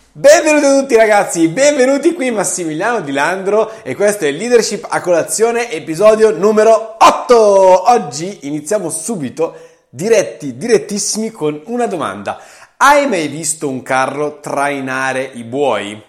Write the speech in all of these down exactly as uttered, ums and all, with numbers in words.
Benvenuti a tutti ragazzi, benvenuti qui Massimiliano Di Landro e questo è Leadership a colazione, episodio numero otto. Oggi iniziamo subito, diretti, direttissimi con una domanda. Hai mai visto un carro trainare i buoi?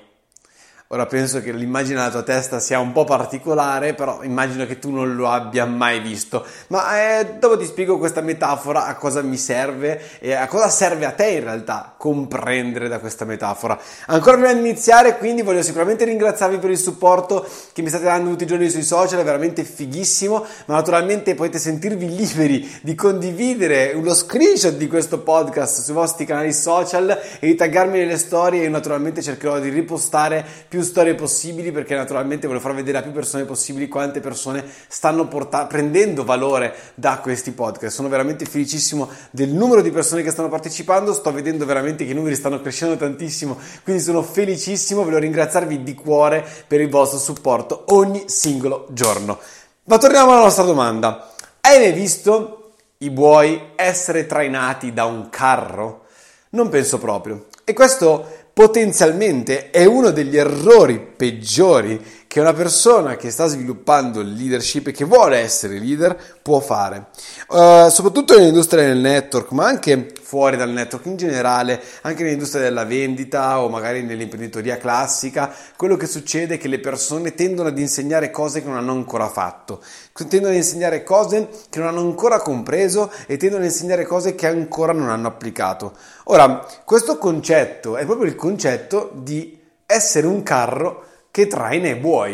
Ora penso che l'immagine nella tua testa sia un po' particolare, però immagino che tu non lo abbia mai visto. Ma eh, dopo ti spiego questa metafora, a cosa mi serve e a cosa serve a te in realtà comprendere da questa metafora. Ancora prima di iniziare, quindi voglio sicuramente ringraziarvi per il supporto che mi state dando tutti i giorni sui social, è veramente fighissimo, ma naturalmente potete sentirvi liberi di condividere uno screenshot di questo podcast sui vostri canali social e di taggarmi nelle storie e io naturalmente cercherò di ripostare più storie possibili, perché naturalmente voglio far vedere a più persone possibili quante persone stanno porta- prendendo valore da questi podcast. Sono veramente felicissimo del numero di persone che stanno partecipando, sto vedendo veramente che i numeri stanno crescendo tantissimo, quindi sono felicissimo, voglio ringraziarvi di cuore per il vostro supporto ogni singolo giorno. Ma torniamo alla nostra domanda. Hai mai visto i buoi essere trainati da un carro? Non penso proprio. E questo potenzialmente è uno degli errori peggiori che una persona che sta sviluppando il leadership e che vuole essere leader può fare, uh, soprattutto nell'industria del network, ma anche fuori dal network in generale, anche nell'industria della vendita o magari nell'imprenditoria classica. Quello che succede è che le persone tendono ad insegnare cose che non hanno ancora fatto, tendono ad insegnare cose che non hanno ancora compreso e tendono ad insegnare cose che ancora non hanno applicato. Ora, questo concetto è proprio il concetto di essere un carro che traina i buoi.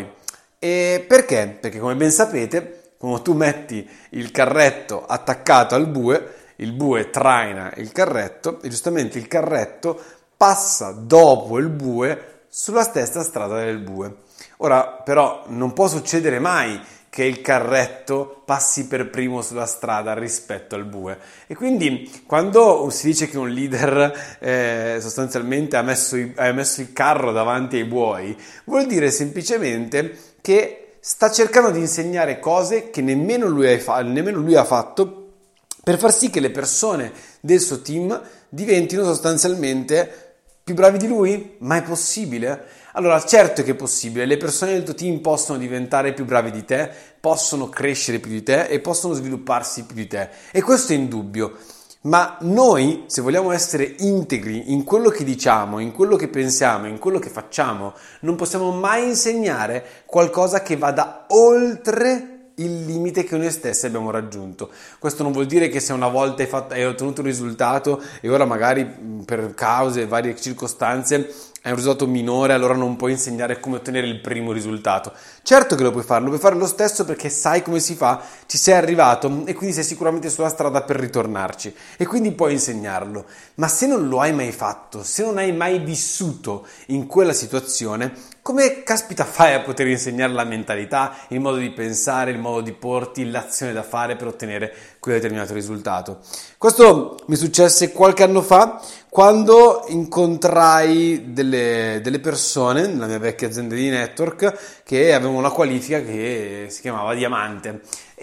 E perché? Perché come ben sapete, quando tu metti il carretto attaccato al bue, il bue traina il carretto e giustamente il carretto passa dopo il bue sulla stessa strada del bue. Ora, però, non può succedere mai che il carretto passi per primo sulla strada rispetto al bue. E quindi quando si dice che un leader eh, sostanzialmente ha messo, i, ha messo il carro davanti ai buoi, vuol dire semplicemente che sta cercando di insegnare cose che nemmeno lui ha, fa- nemmeno lui ha fatto, per far sì che le persone del suo team diventino sostanzialmente più bravi di lui? Ma è possibile? Allora, certo che è possibile, le persone del tuo team possono diventare più bravi di te, possono crescere più di te e possono svilupparsi più di te, e questo è indubbio. Ma noi, se vogliamo essere integri in quello che diciamo, in quello che pensiamo, in quello che facciamo, non possiamo mai insegnare qualcosa che vada oltre il limite che noi stessi abbiamo raggiunto. Questo non vuol dire che se una volta hai, fatto, hai ottenuto un risultato e ora magari per cause e varie circostanze è un risultato minore, allora non puoi insegnare come ottenere il primo risultato. Certo che lo puoi fare, lo puoi fare lo stesso perché sai come si fa, ci sei arrivato e quindi sei sicuramente sulla strada per ritornarci e quindi puoi insegnarlo. Ma se non lo hai mai fatto, se non hai mai vissuto in quella situazione, come caspita fai a poter insegnare la mentalità, il modo di pensare, il modo di porti, l'azione da fare per ottenere quel determinato risultato? Questo mi successe qualche anno fa quando incontrai delle, delle persone nella mia vecchia azienda di network che avevano una qualifica che si chiamava diamante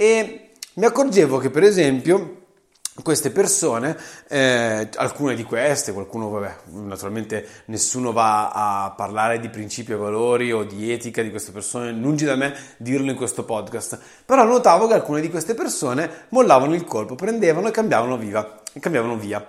e mi accorgevo che per esempio queste persone, eh, alcune di queste, qualcuno, vabbè, naturalmente nessuno va a parlare di principi e valori o di etica di queste persone, lungi da me dirlo in questo podcast, però notavo che alcune di queste persone mollavano il colpo, prendevano e cambiavano, viva, e cambiavano via.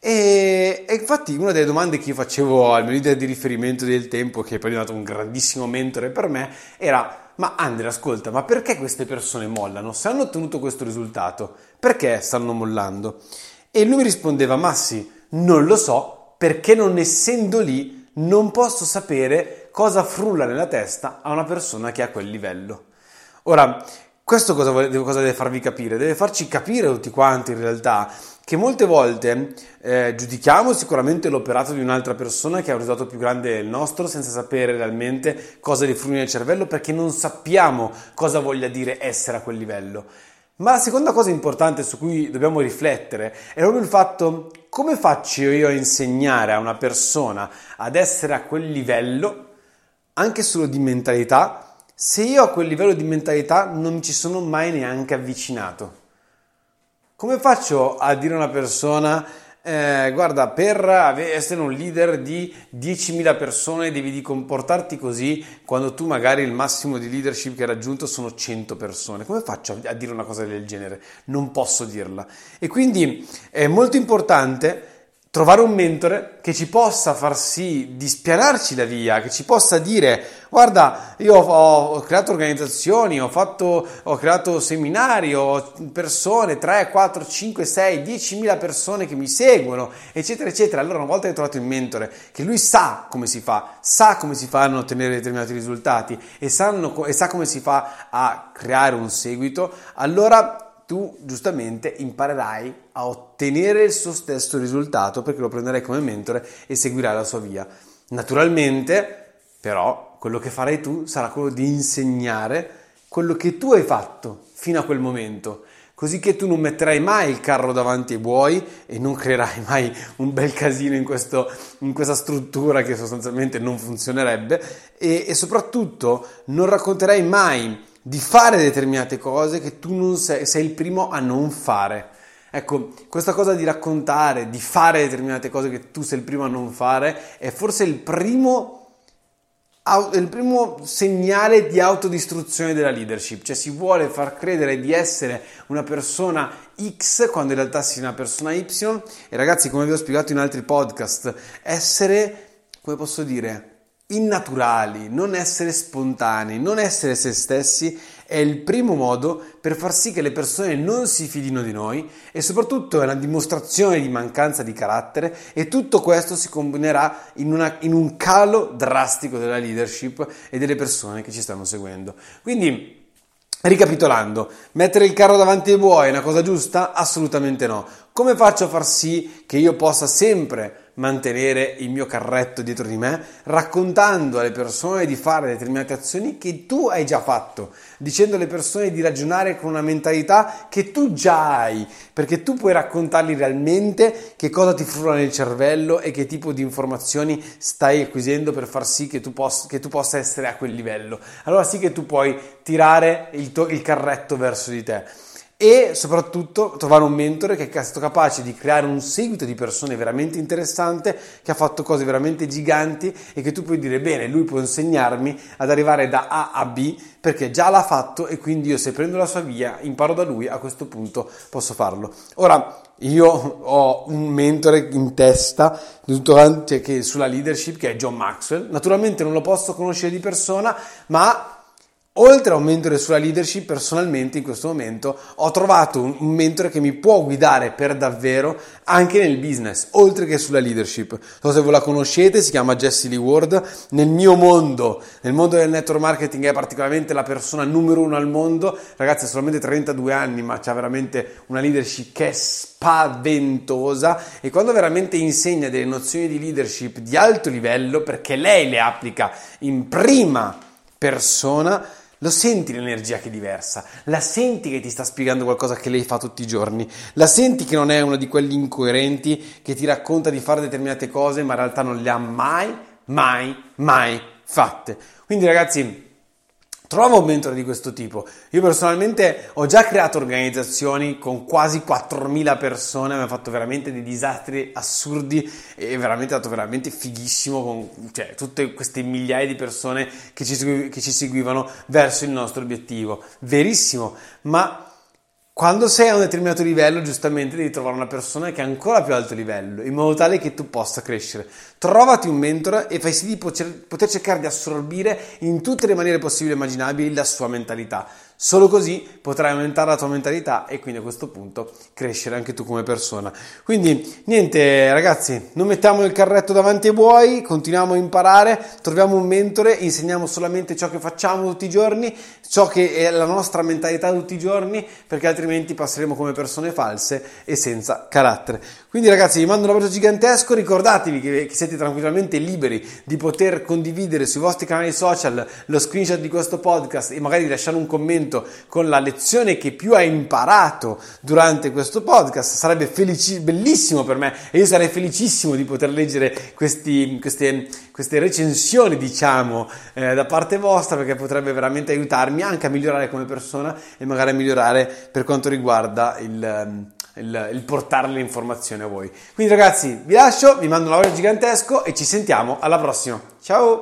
E, e infatti una delle domande che io facevo al mio leader di riferimento del tempo, che poi è diventato un grandissimo mentore per me, era: ma Andre, ascolta, ma perché queste persone mollano? Se hanno ottenuto questo risultato, perché stanno mollando? E lui mi rispondeva: Massi, non lo so, perché non essendo lì non posso sapere cosa frulla nella testa a una persona che è a quel livello. Ora, questo cosa, vuole, cosa deve farvi capire? Deve farci capire tutti quanti in realtà che molte volte eh, giudichiamo sicuramente l'operato di un'altra persona che ha un risultato più grande del nostro senza sapere realmente cosa gli frulla nel cervello, perché non sappiamo cosa voglia dire essere a quel livello. Ma la seconda cosa importante su cui dobbiamo riflettere è proprio il fatto: come faccio io a insegnare a una persona ad essere a quel livello, anche solo di mentalità, se io a quel livello di mentalità non mi ci sono mai neanche avvicinato? Come faccio a dire a una persona eh, guarda, per essere un leader di diecimila persone devi comportarti così, quando tu magari il massimo di leadership che hai raggiunto sono cento persone. Come faccio a dire una cosa del genere? Non posso dirla. E quindi è molto importante trovare un mentore che ci possa far sì di spianarci la via, che ci possa dire: guarda, io ho, ho creato organizzazioni, ho fatto, ho creato seminari, ho persone, tre, quattro, cinque, sei, diecimila persone che mi seguono, eccetera, eccetera. Allora, una volta che hai trovato il mentore, che lui sa come si fa, sa come si fanno a ottenere determinati risultati e, sanno, e sa come si fa a creare un seguito, allora tu giustamente imparerai a ottenere il suo stesso risultato, perché lo prenderai come mentore e seguirai la sua via. Naturalmente, però, quello che farai tu sarà quello di insegnare quello che tu hai fatto fino a quel momento, così che tu non metterai mai il carro davanti ai buoi e non creerai mai un bel casino in, questo, in questa struttura che sostanzialmente non funzionerebbe, e, e soprattutto non racconterai mai di fare determinate cose che tu non sei, sei il primo a non fare. Ecco, questa cosa di raccontare, di fare determinate cose che tu sei il primo a non fare, è forse il primo, il primo segnale di autodistruzione della leadership. Cioè, si vuole far credere di essere una persona X quando in realtà si è una persona Y. E ragazzi, come vi ho spiegato in altri podcast, essere, come posso dire, innaturali, non essere spontanei, non essere se stessi è il primo modo per far sì che le persone non si fidino di noi, e soprattutto è una dimostrazione di mancanza di carattere, e tutto questo si combinerà in, una, in un calo drastico della leadership e delle persone che ci stanno seguendo. Quindi, ricapitolando, mettere il carro davanti ai buoi è una cosa giusta? Assolutamente no. Come faccio a far sì che io possa sempre mantenere il mio carretto dietro di me, raccontando alle persone di fare determinate azioni che tu hai già fatto, dicendo alle persone di ragionare con una mentalità che tu già hai, perché tu puoi raccontargli realmente che cosa ti frulla nel cervello e che tipo di informazioni stai acquisendo per far sì che tu, poss- che tu possa essere a quel livello. Allora sì che tu puoi tirare il, to- il carretto verso di te. E soprattutto trovare un mentore che è stato capace di creare un seguito di persone veramente interessante, che ha fatto cose veramente giganti e che tu puoi dire: bene, lui può insegnarmi ad arrivare da A a B perché già l'ha fatto, e quindi io, se prendo la sua via, imparo da lui, a questo punto posso farlo. Ora, io ho un mentore in testa cioè, che sulla leadership, che è John Maxwell. Naturalmente non lo posso conoscere di persona, ma oltre a un mentore sulla leadership, personalmente in questo momento ho trovato un, un mentore che mi può guidare per davvero anche nel business, oltre che sulla leadership. Non so se voi la conoscete, si chiama Jessie Lee Ward. Nel mio mondo, nel mondo del network marketing, è particolarmente la persona numero uno al mondo. Ragazzi, ha solamente trentadue anni, ma c'ha veramente una leadership che è spaventosa, e quando veramente insegna delle nozioni di leadership di alto livello, perché lei le applica in prima persona, lo senti l'energia che è diversa, la senti che ti sta spiegando qualcosa che lei fa tutti i giorni, la senti che non è uno di quelli incoerenti che ti racconta di fare determinate cose ma in realtà non le ha mai, mai, mai fatte. Quindi ragazzi, trova un mentore di questo tipo. Io personalmente ho già creato organizzazioni con quasi quattromila persone, mi ha fatto veramente dei disastri assurdi e veramente è stato veramente fighissimo, con cioè, tutte queste migliaia di persone che ci, che ci seguivano verso il nostro obiettivo. Verissimo, ma quando sei a un determinato livello, giustamente devi trovare una persona che è ancora più alto livello, in modo tale che tu possa crescere. Trovati un mentore e fai sì di poter, poter cercare di assorbire in tutte le maniere possibili e immaginabili la sua mentalità. Solo così potrai aumentare la tua mentalità e quindi a questo punto crescere anche tu come persona. Quindi niente ragazzi, non mettiamo il carretto davanti ai buoi, continuiamo a imparare, troviamo un mentore, insegniamo solamente ciò che facciamo tutti i giorni, ciò che è la nostra mentalità tutti i giorni, perché altrimenti passeremo come persone false e senza carattere. Quindi ragazzi, vi mando un abbraccio gigantesco, ricordatevi che, che siete tranquillamente liberi di poter condividere sui vostri canali social lo screenshot di questo podcast e magari lasciare un commento con la lezione che più hai imparato durante questo podcast. Sarebbe felici, bellissimo per me, e io sarei felicissimo di poter leggere questi, queste, queste recensioni, diciamo, eh, da parte vostra, perché potrebbe veramente aiutarmi anche a migliorare come persona e magari a migliorare per quanto riguarda il il, il portare le informazioni a voi. Quindi ragazzi, vi lascio, vi mando un abbraccio gigantesco e ci sentiamo alla prossima. Ciao!